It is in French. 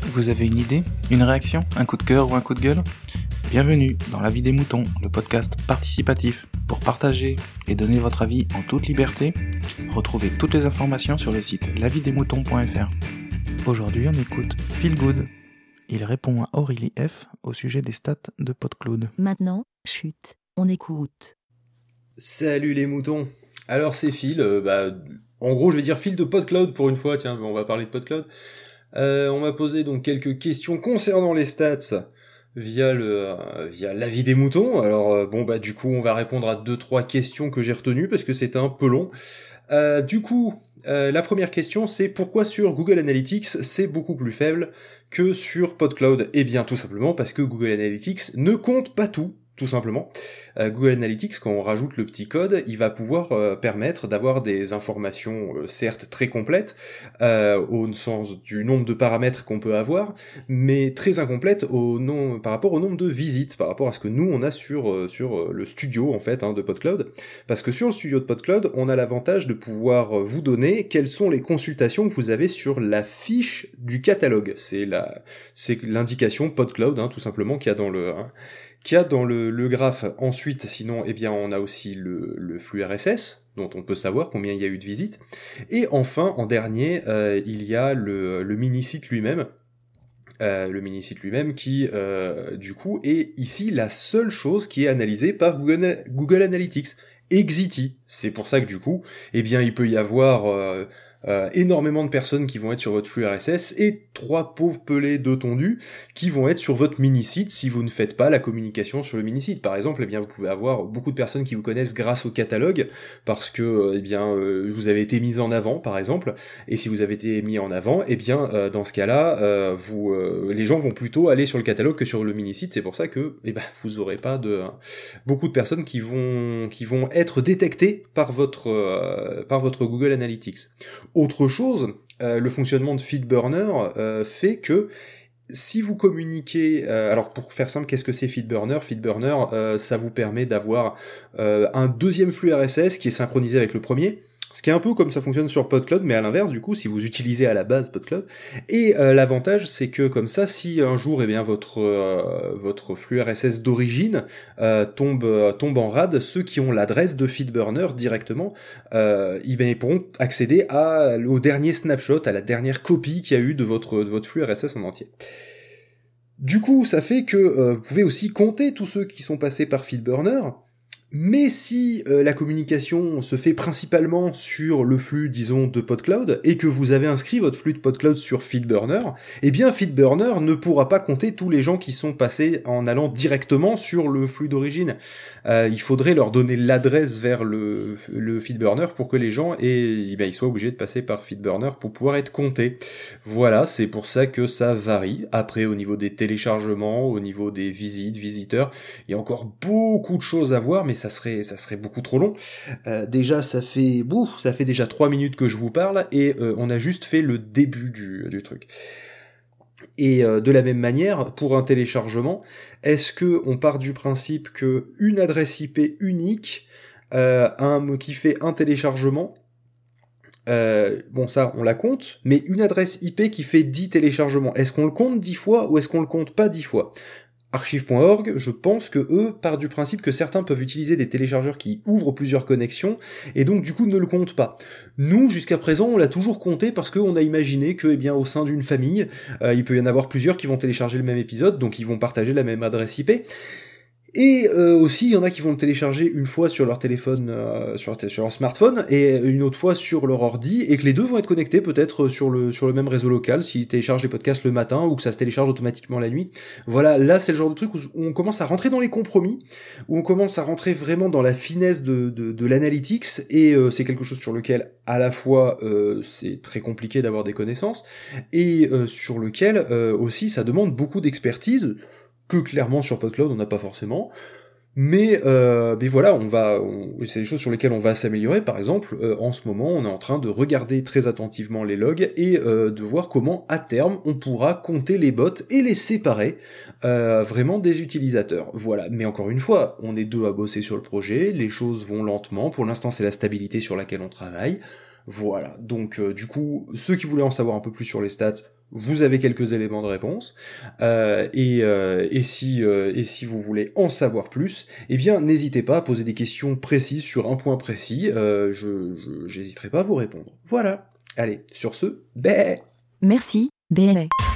Vous avez une idée, une réaction, un coup de cœur ou un coup de gueule ? Bienvenue dans La Vie des Moutons, le podcast participatif. Pour partager et donner votre avis en toute liberté, retrouvez toutes les informations sur le site lavidesmoutons.fr. Aujourd'hui, on écoute Feel Good. Il répond à Aurélie F. au sujet des stats de PodCloud. Maintenant, chut, on écoute. Salut les moutons. Alors c'est Phil, en gros je vais dire Phil de PodCloud pour une fois, tiens, on va parler de PodCloud. On m'a posé donc quelques questions concernant les stats via l'avis des moutons. Alors du coup on va répondre à 2-3 questions que j'ai retenues parce que c'était un peu long. La première question c'est pourquoi sur Google Analytics c'est beaucoup plus faible que sur PodCloud ? Eh bien tout simplement parce que Google Analytics ne compte pas tout simplement. Google Analytics, quand on rajoute le petit code, il va pouvoir permettre d'avoir des informations certes très complètes, au sens du nombre de paramètres qu'on peut avoir, mais très incomplètes par rapport au nombre de visites, par rapport à ce que nous on a sur le studio en fait de PodCloud. Parce que sur le studio de PodCloud, on a l'avantage de pouvoir vous donner quelles sont les consultations que vous avez sur la fiche du catalogue. C'est l'indication PodCloud, tout simplement, qu'il y a dans le graphe. Ensuite, sinon, on a aussi le flux RSS, dont on peut savoir combien il y a eu de visites. Et enfin, en dernier, il y a le mini-site lui-même. Le mini-site lui-même qui, du coup, est ici la seule chose qui est analysée par Google Analytics. Exity. C'est pour ça que, du coup, il peut y avoir énormément de personnes qui vont être sur votre flux RSS et 3 pauvres pelés de tondus qui vont être sur votre mini-site si vous ne faites pas la communication sur le mini-site. Par exemple, vous pouvez avoir beaucoup de personnes qui vous connaissent grâce au catalogue parce que vous avez été mis en avant, par exemple, et si vous avez été mis en avant, dans ce cas-là, les gens vont plutôt aller sur le catalogue que sur le mini-site. C'est pour ça que vous aurez pas beaucoup de personnes qui vont être détectées par votre Google Analytics. Autre chose, le fonctionnement de FeedBurner fait que si vous communiquez... alors pour faire simple, qu'est-ce que c'est FeedBurner ? FeedBurner, ça vous permet d'avoir un deuxième flux RSS qui est synchronisé avec le premier, ce qui est un peu comme ça fonctionne sur PodCloud, mais à l'inverse, du coup, si vous utilisez à la base PodCloud. Et l'avantage, c'est que comme ça, si un jour, votre flux RSS d'origine tombe en rade, ceux qui ont l'adresse de FeedBurner directement, ils pourront accéder au dernier snapshot, à la dernière copie qu'il y a eu de votre flux RSS en entier. Du coup, ça fait que vous pouvez aussi compter tous ceux qui sont passés par FeedBurner. Mais si la communication se fait principalement sur le flux, disons, de PodCloud, et que vous avez inscrit votre flux de PodCloud sur FeedBurner, FeedBurner ne pourra pas compter tous les gens qui sont passés en allant directement sur le flux d'origine. Il faudrait leur donner l'adresse vers le FeedBurner pour que les gens ils soient obligés de passer par FeedBurner pour pouvoir être comptés. Voilà, c'est pour ça que ça varie. Après, au niveau des téléchargements, au niveau des visiteurs, il y a encore beaucoup de choses à voir, mais ça serait beaucoup trop long. Déjà, ça fait déjà 3 minutes que je vous parle, et on a juste fait le début du truc. Et de la même manière, pour un téléchargement, est-ce que on part du principe que une adresse IP unique qui fait un téléchargement, ça on la compte, mais une adresse IP qui fait 10 téléchargements, est-ce qu'on le compte 10 fois ou est-ce qu'on le compte pas 10 fois ? Archive.org, je pense que eux partent du principe que certains peuvent utiliser des téléchargeurs qui ouvrent plusieurs connexions, et donc du coup ne le comptent pas. Nous, jusqu'à présent, on l'a toujours compté parce qu'on a imaginé que, au sein d'une famille, il peut y en avoir plusieurs qui vont télécharger le même épisode, donc ils vont partager la même adresse IP. Et aussi, il y en a qui vont le télécharger une fois sur leur téléphone, sur leur smartphone, et une autre fois sur leur ordi, et que les deux vont être connectés peut-être sur le même réseau local, s'ils téléchargent les podcasts le matin, ou que ça se télécharge automatiquement la nuit. Voilà, là c'est le genre de truc où on commence à rentrer dans les compromis, où on commence à rentrer vraiment dans la finesse de l'analytics, et c'est quelque chose sur lequel, à la fois, c'est très compliqué d'avoir des connaissances, et sur lequel, aussi, ça demande beaucoup d'expertise, que clairement sur PodCloud on n'a pas forcément, mais voilà, c'est des choses sur lesquelles on va s'améliorer. Par exemple, en ce moment on est en train de regarder très attentivement les logs et de voir comment à terme on pourra compter les bots et les séparer vraiment des utilisateurs. Voilà, mais encore une fois, on est 2 à bosser sur le projet, les choses vont lentement, pour l'instant c'est la stabilité sur laquelle on travaille. Voilà, donc du coup, ceux qui voulaient en savoir un peu plus sur les stats, vous avez quelques éléments de réponse, et si vous voulez en savoir plus, eh bien n'hésitez pas à poser des questions précises sur un point précis, j'hésiterai pas à vous répondre. Voilà. Allez, sur ce, bé. Merci, BLA.